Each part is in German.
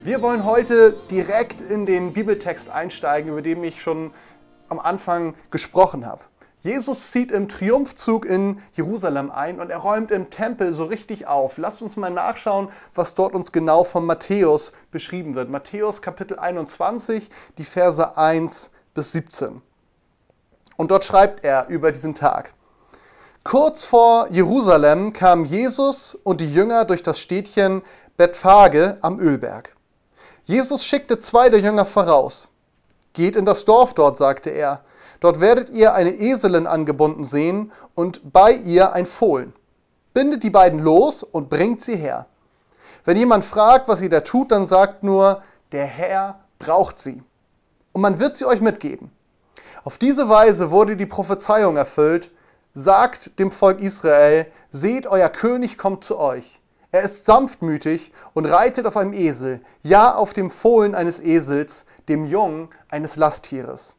Wir wollen heute direkt in den Bibeltext einsteigen, über den ich schon am Anfang gesprochen habe. Jesus zieht im Triumphzug in Jerusalem ein und er räumt im Tempel so richtig auf. Lasst uns mal nachschauen, was dort uns genau von Matthäus beschrieben wird. Matthäus Kapitel 21, die Verse 1 bis 17. Und dort schreibt er über diesen Tag. Kurz vor Jerusalem kamen Jesus und die Jünger durch das Städtchen Bethphage am Ölberg. Jesus schickte 2 der Jünger voraus. Geht in das Dorf dort, sagte er. Dort werdet ihr eine Eselin angebunden sehen und bei ihr ein Fohlen. Bindet die beiden los und bringt sie her. Wenn jemand fragt, was ihr da tut, dann sagt nur, der Herr braucht sie. Und man wird sie euch mitgeben. Auf diese Weise wurde die Prophezeiung erfüllt. Sagt dem Volk Israel, seht, euer König kommt zu euch. Er ist sanftmütig und reitet auf einem Esel, ja auf dem Fohlen eines Esels, dem Jungen eines Lasttieres.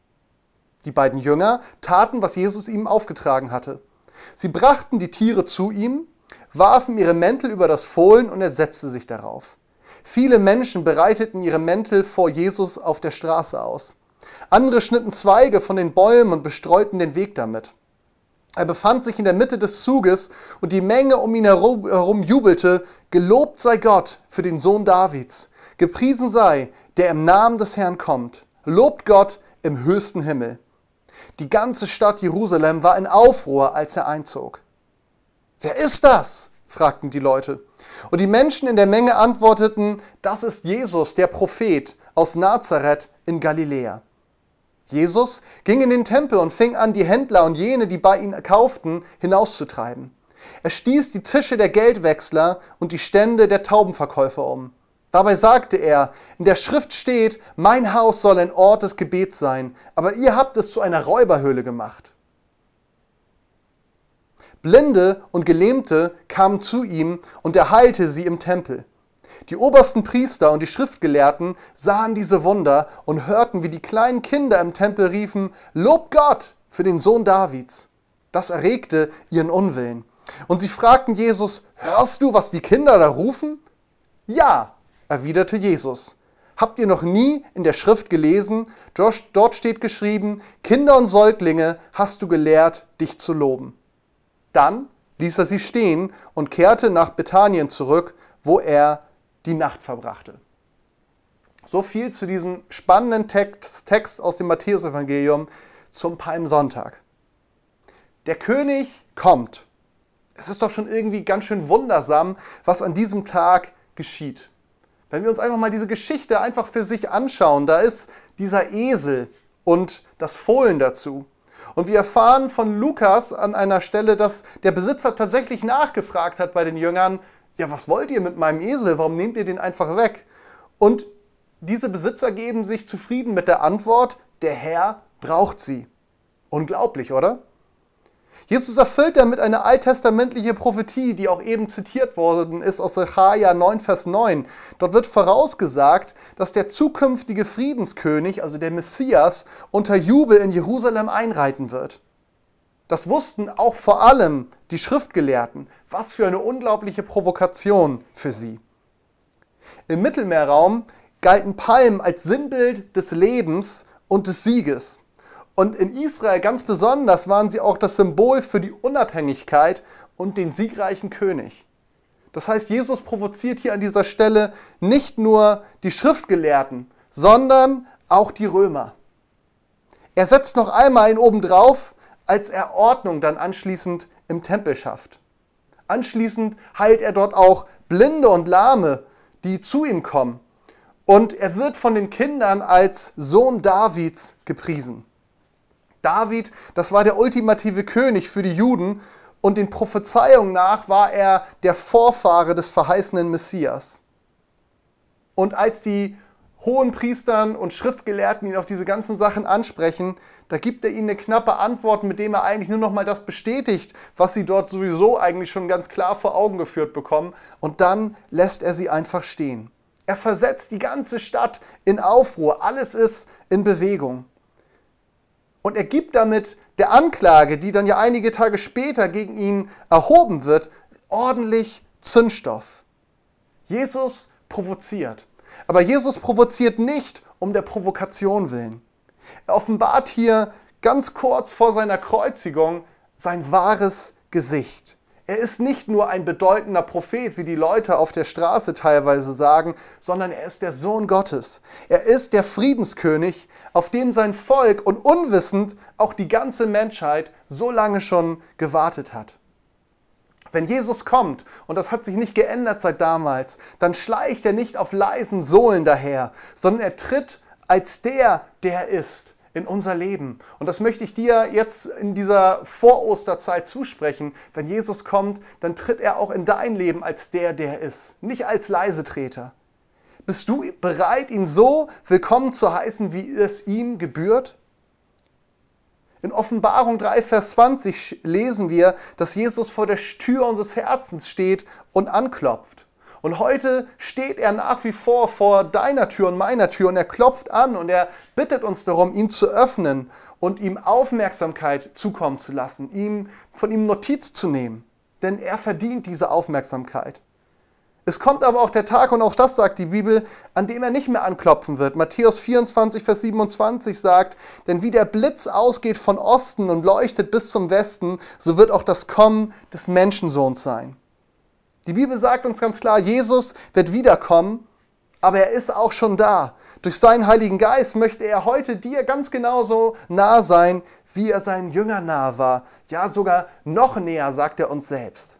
Die beiden Jünger taten, was Jesus ihnen aufgetragen hatte. Sie brachten die Tiere zu ihm, warfen ihre Mäntel über das Fohlen und er setzte sich darauf. Viele Menschen breiteten ihre Mäntel vor Jesus auf der Straße aus. Andere schnitten Zweige von den Bäumen und bestreuten den Weg damit. Er befand sich in der Mitte des Zuges und die Menge um ihn herum jubelte, gelobt sei Gott für den Sohn Davids, gepriesen sei, der im Namen des Herrn kommt, lobt Gott im höchsten Himmel. Die ganze Stadt Jerusalem war in Aufruhr, als er einzog. Wer ist das? Fragten die Leute. Und die Menschen in der Menge antworteten, das ist Jesus, der Prophet aus Nazareth in Galiläa. Jesus ging in den Tempel und fing an, die Händler und jene, die bei ihm kauften, hinauszutreiben. Er stieß die Tische der Geldwechsler und die Stände der Taubenverkäufer um. Dabei sagte er, in der Schrift steht, mein Haus soll ein Ort des Gebets sein, aber ihr habt es zu einer Räuberhöhle gemacht. Blinde und Gelähmte kamen zu ihm und er heilte sie im Tempel. Die obersten Priester und die Schriftgelehrten sahen diese Wunder und hörten, wie die kleinen Kinder im Tempel riefen, Lob Gott für den Sohn Davids. Das erregte ihren Unwillen. Und sie fragten Jesus, hörst du, was die Kinder da rufen? Ja, erwiderte Jesus. Habt ihr noch nie in der Schrift gelesen? Dort steht geschrieben, Kinder und Säuglinge hast du gelehrt, dich zu loben. Dann ließ er sie stehen und kehrte nach Bethanien zurück, wo er die Nacht verbrachte. So viel zu diesem spannenden Text aus dem Matthäusevangelium zum Palmsonntag. Der König kommt. Es ist doch schon irgendwie ganz schön wundersam, was an diesem Tag geschieht. Wenn wir uns einfach mal diese Geschichte einfach für sich anschauen, da ist dieser Esel und das Fohlen dazu. Und wir erfahren von Lukas an einer Stelle, dass der Besitzer tatsächlich nachgefragt hat bei den Jüngern, ja, was wollt ihr mit meinem Esel? Warum nehmt ihr den einfach weg? Und diese Besitzer geben sich zufrieden mit der Antwort, der Herr braucht sie. Unglaublich, oder? Jesus erfüllt damit eine alttestamentliche Prophetie, die auch eben zitiert worden ist aus Sacharja 9, Vers 9. Dort wird vorausgesagt, dass der zukünftige Friedenskönig, also der Messias, unter Jubel in Jerusalem einreiten wird. Das wussten auch vor allem die Schriftgelehrten. Was für eine unglaubliche Provokation für sie. Im Mittelmeerraum galten Palmen als Sinnbild des Lebens und des Sieges. Und in Israel ganz besonders waren sie auch das Symbol für die Unabhängigkeit und den siegreichen König. Das heißt, Jesus provoziert hier an dieser Stelle nicht nur die Schriftgelehrten, sondern auch die Römer. Er setzt noch einmal einen obendrauf, als er Ordnung dann anschließend im Tempel schafft. Anschließend heilt er dort auch Blinde und Lahme, die zu ihm kommen. Und er wird von den Kindern als Sohn Davids gepriesen. David, das war der ultimative König für die Juden und den Prophezeiungen nach war er der Vorfahre des verheißenen Messias. Und als die Hohenpriestern und Schriftgelehrten ihn auf diese ganzen Sachen ansprechen, da gibt er ihnen eine knappe Antwort, mit dem er eigentlich nur noch mal das bestätigt, was sie dort sowieso eigentlich schon ganz klar vor Augen geführt bekommen. Und dann lässt er sie einfach stehen. Er versetzt die ganze Stadt in Aufruhr. Alles ist in Bewegung. Und er gibt damit der Anklage, die dann ja einige Tage später gegen ihn erhoben wird, ordentlich Zündstoff. Jesus provoziert. Aber Jesus provoziert nicht um der Provokation willen. Er offenbart hier ganz kurz vor seiner Kreuzigung sein wahres Gesicht. Er ist nicht nur ein bedeutender Prophet, wie die Leute auf der Straße teilweise sagen, sondern er ist der Sohn Gottes. Er ist der Friedenskönig, auf dem sein Volk und unwissend auch die ganze Menschheit so lange schon gewartet hat. Wenn Jesus kommt, und das hat sich nicht geändert seit damals, dann schleicht er nicht auf leisen Sohlen daher, sondern er tritt als der er ist in unser Leben. Und das möchte ich dir jetzt in dieser Vorosterzeit zusprechen. Wenn Jesus kommt, dann tritt er auch in dein Leben als der er ist, nicht als Leisetreter. Bist du bereit, ihn so willkommen zu heißen, wie es ihm gebührt? In Offenbarung 3, Vers 20 lesen wir, dass Jesus vor der Tür unseres Herzens steht und anklopft. Und heute steht er nach wie vor deiner Tür und meiner Tür und er klopft an und er bittet uns darum, ihn zu öffnen und ihm Aufmerksamkeit zukommen zu lassen, von ihm Notiz zu nehmen. Denn er verdient diese Aufmerksamkeit. Es kommt aber auch der Tag, und auch das sagt die Bibel, an dem er nicht mehr anklopfen wird. Matthäus 24, Vers 27 sagt, denn wie der Blitz ausgeht von Osten und leuchtet bis zum Westen, so wird auch das Kommen des Menschensohns sein. Die Bibel sagt uns ganz klar, Jesus wird wiederkommen, aber er ist auch schon da. Durch seinen Heiligen Geist möchte er heute dir ganz genauso nah sein, wie er seinen Jüngern nahe war. Ja, sogar noch näher, sagt er uns selbst.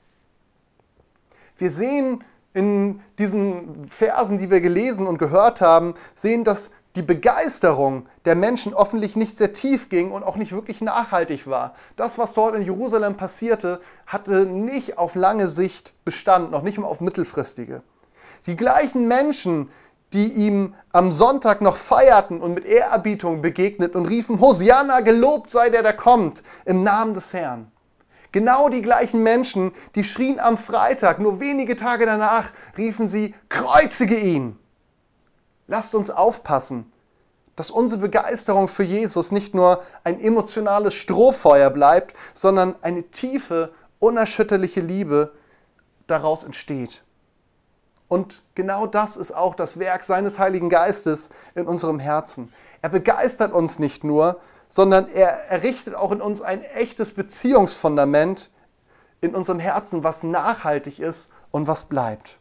Wir sehen in diesen Versen, die wir gelesen und gehört haben, dass die Begeisterung der Menschen offensichtlich nicht sehr tief ging und auch nicht wirklich nachhaltig war. Das, was dort in Jerusalem passierte, hatte nicht auf lange Sicht Bestand, noch nicht mal auf mittelfristige. Die gleichen Menschen, die ihm am Sonntag noch feierten und mit Ehrerbietung begegneten und riefen, Hosianna, gelobt sei der, der kommt, im Namen des Herrn. Genau die gleichen Menschen, die schrien am Freitag, nur wenige Tage danach, riefen sie, kreuzige ihn. Lasst uns aufpassen, dass unsere Begeisterung für Jesus nicht nur ein emotionales Strohfeuer bleibt, sondern eine tiefe, unerschütterliche Liebe daraus entsteht. Und genau das ist auch das Werk seines Heiligen Geistes in unserem Herzen. Er begeistert uns nicht nur, sondern er errichtet auch in uns ein echtes Beziehungsfundament in unserem Herzen, was nachhaltig ist und was bleibt.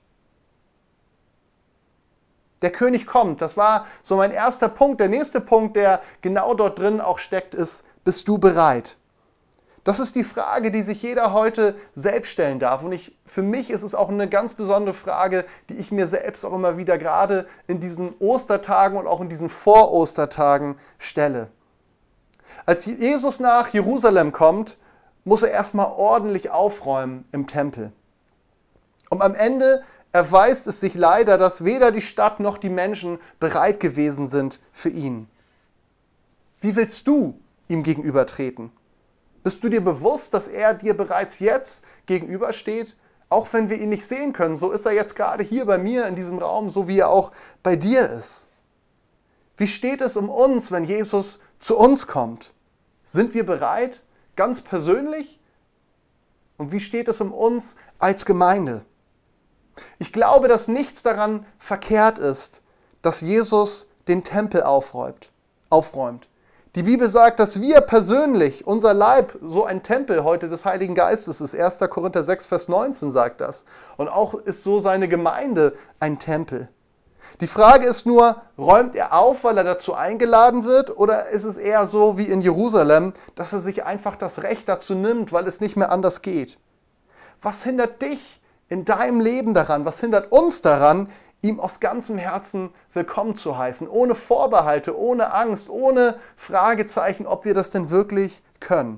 Der König kommt, das war so mein erster Punkt. Der nächste Punkt, der genau dort drin auch steckt, ist, bist du bereit? Das ist die Frage, die sich jeder heute selbst stellen darf. Und für mich ist es auch eine ganz besondere Frage, die ich mir selbst auch immer wieder gerade in diesen Ostertagen und auch in diesen Vorostertagen stelle. Als Jesus nach Jerusalem kommt, muss er erstmal ordentlich aufräumen im Tempel. Und am Ende erweist es sich leider, dass weder die Stadt noch die Menschen bereit gewesen sind für ihn. Wie willst du ihm gegenübertreten? Bist du dir bewusst, dass er dir bereits jetzt gegenübersteht? Auch wenn wir ihn nicht sehen können, so ist er jetzt gerade hier bei mir in diesem Raum, so wie er auch bei dir ist. Wie steht es um uns, wenn Jesus zu uns kommt? Sind wir bereit, ganz persönlich? Und wie steht es um uns als Gemeinde? Ich glaube, dass nichts daran verkehrt ist, dass Jesus den Tempel aufräumt. Die Bibel sagt, dass wir persönlich, unser Leib, so ein Tempel heute des Heiligen Geistes ist. 1. Korinther 6, Vers 19 sagt das. Und auch ist so seine Gemeinde ein Tempel. Die Frage ist nur, räumt er auf, weil er dazu eingeladen wird, oder ist es eher so wie in Jerusalem, dass er sich einfach das Recht dazu nimmt, weil es nicht mehr anders geht? Was hindert dich in deinem Leben daran? Was hindert uns daran, ihm aus ganzem Herzen willkommen zu heißen, ohne Vorbehalte, ohne Angst, ohne Fragezeichen, ob wir das denn wirklich können?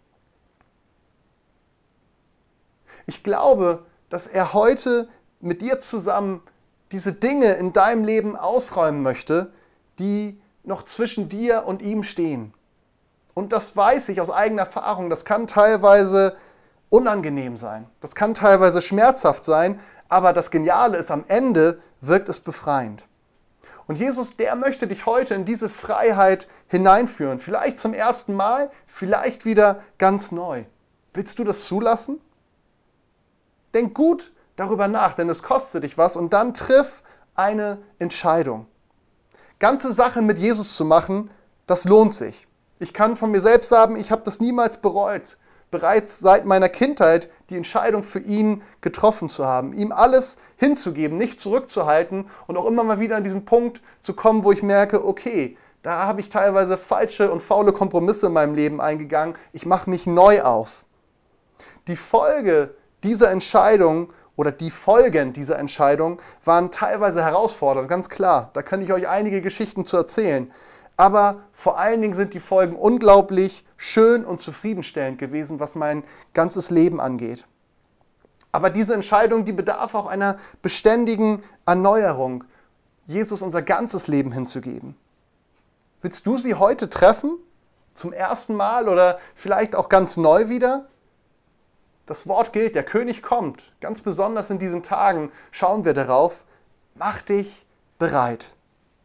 Ich glaube, dass er heute mit dir zusammen diese Dinge in deinem Leben ausräumen möchte, die noch zwischen dir und ihm stehen. Und das weiß ich aus eigener Erfahrung, das kann teilweise unangenehm sein, das kann teilweise schmerzhaft sein, aber das Geniale ist, am Ende wirkt es befreiend. Und Jesus, der möchte dich heute in diese Freiheit hineinführen, vielleicht zum ersten Mal, vielleicht wieder ganz neu. Willst du das zulassen? Denk gut darüber nach, denn es kostet dich was, und dann triff eine Entscheidung. Ganze Sache mit Jesus zu machen, das lohnt sich. Ich kann von mir selbst sagen, ich habe das niemals bereut, bereits seit meiner Kindheit die Entscheidung für ihn getroffen zu haben, ihm alles hinzugeben, nicht zurückzuhalten und auch immer mal wieder an diesen Punkt zu kommen, wo ich merke, okay, da habe ich teilweise falsche und faule Kompromisse in meinem Leben eingegangen, ich mache mich neu auf. Die Folge dieser Entscheidung oder die Folgen dieser Entscheidung waren teilweise herausfordernd, ganz klar. Da kann ich euch einige Geschichten zu erzählen. Aber vor allen Dingen sind die Folgen unglaublich schön und zufriedenstellend gewesen, was mein ganzes Leben angeht. Aber diese Entscheidung, die bedarf auch einer beständigen Erneuerung, Jesus unser ganzes Leben hinzugeben. Willst du sie heute treffen? Zum ersten Mal oder vielleicht auch ganz neu wieder? Das Wort gilt, der König kommt. Ganz besonders in diesen Tagen schauen wir darauf. Mach dich bereit.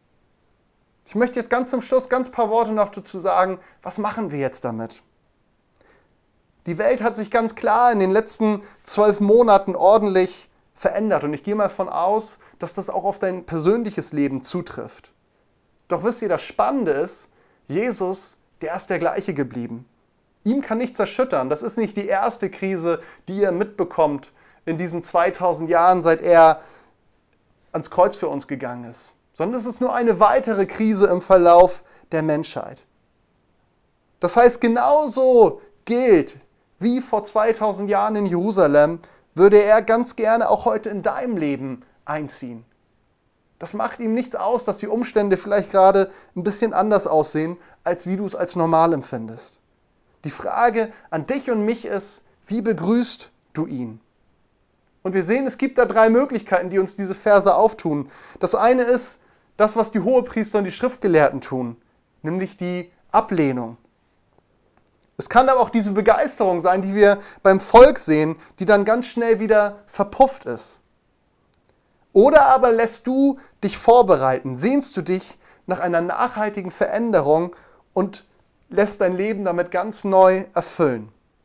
Ich möchte jetzt ganz zum Schluss ganz paar Worte noch dazu sagen, was machen wir jetzt damit? Die Welt hat sich ganz klar in den letzten 12 Monaten ordentlich verändert und ich gehe mal davon aus, dass das auch auf dein persönliches Leben zutrifft. Doch wisst ihr, das Spannende ist, Jesus, der ist der gleiche geblieben. Ihm kann nichts erschüttern. Das ist nicht die erste Krise, die ihr mitbekommt in diesen 2000 Jahren, seit er ans Kreuz für uns gegangen ist. Sondern es ist nur eine weitere Krise im Verlauf der Menschheit. Das heißt, genauso gilt wie vor 2000 Jahren in Jerusalem, würde er ganz gerne auch heute in deinem Leben einziehen. Das macht ihm nichts aus, dass die Umstände vielleicht gerade ein bisschen anders aussehen, als wie du es als normal empfindest. Die Frage an dich und mich ist, wie begrüßt du ihn? Und wir sehen, es gibt da 3 Möglichkeiten, die uns diese Verse auftun. Das eine ist das, was die Hohepriester und die Schriftgelehrten tun, nämlich die Ablehnung. Es kann aber auch diese Begeisterung sein, die wir beim Volk sehen, die dann ganz schnell wieder verpufft ist. Oder aber lässt du dich vorbereiten, sehnst du dich nach einer nachhaltigen Veränderung und lässt dein Leben damit ganz neu erfüllen.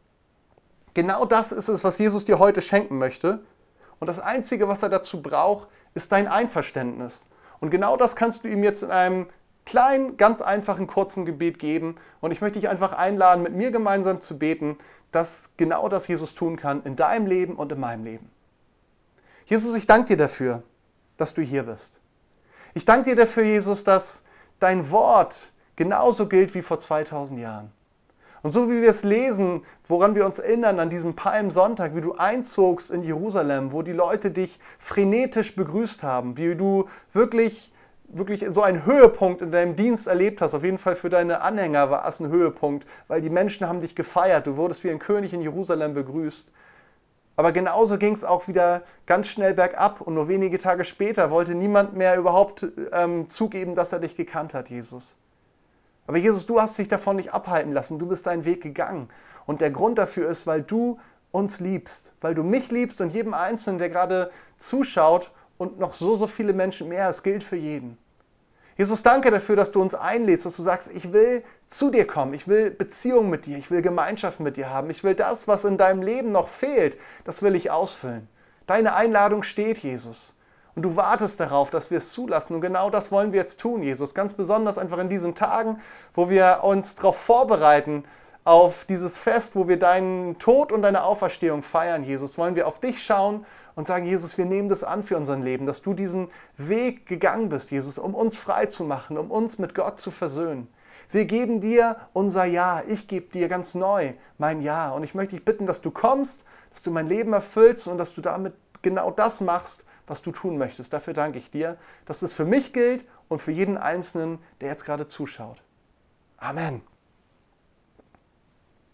Genau das ist es, was Jesus dir heute schenken möchte. Und das Einzige, was er dazu braucht, ist dein Einverständnis. Und genau das kannst du ihm jetzt in einem kleinen, ganz einfachen, kurzen Gebet geben. Und ich möchte dich einfach einladen, mit mir gemeinsam zu beten, dass genau das Jesus tun kann in deinem Leben und in meinem Leben. Jesus, ich danke dir dafür, dass du hier bist. Ich danke dir dafür, Jesus, dass dein Wort genauso gilt wie vor 2000 Jahren. Und so wie wir es lesen, woran wir uns erinnern an diesem Palmsonntag, wie du einzogst in Jerusalem, wo die Leute dich frenetisch begrüßt haben, wie du wirklich so einen Höhepunkt in deinem Dienst erlebt hast. Auf jeden Fall für deine Anhänger war es ein Höhepunkt, weil die Menschen haben dich gefeiert. Du wurdest wie ein König in Jerusalem begrüßt. Aber genauso ging es auch wieder ganz schnell bergab und nur wenige Tage später wollte niemand mehr überhaupt zugeben, dass er dich gekannt hat, Jesus. Aber Jesus, du hast dich davon nicht abhalten lassen, du bist deinen Weg gegangen. Und der Grund dafür ist, weil du uns liebst, weil du mich liebst und jeden Einzelnen, der gerade zuschaut und noch so viele Menschen mehr, es gilt für jeden. Jesus, danke dafür, dass du uns einlädst, dass du sagst, ich will zu dir kommen, ich will Beziehung mit dir, ich will Gemeinschaft mit dir haben, ich will das, was in deinem Leben noch fehlt, das will ich ausfüllen. Deine Einladung steht, Jesus. Und du wartest darauf, dass wir es zulassen. Und genau das wollen wir jetzt tun, Jesus. Ganz besonders einfach in diesen Tagen, wo wir uns darauf vorbereiten, auf dieses Fest, wo wir deinen Tod und deine Auferstehung feiern, Jesus, wollen wir auf dich schauen und sagen, Jesus, wir nehmen das an für unser Leben, dass du diesen Weg gegangen bist, Jesus, um uns frei zu machen, um uns mit Gott zu versöhnen. Wir geben dir unser Ja. Ich gebe dir ganz neu mein Ja. Und ich möchte dich bitten, dass du kommst, dass du mein Leben erfüllst und dass du damit genau das machst, was du tun möchtest. Dafür danke ich dir, dass das für mich gilt und für jeden Einzelnen, der jetzt gerade zuschaut. Amen.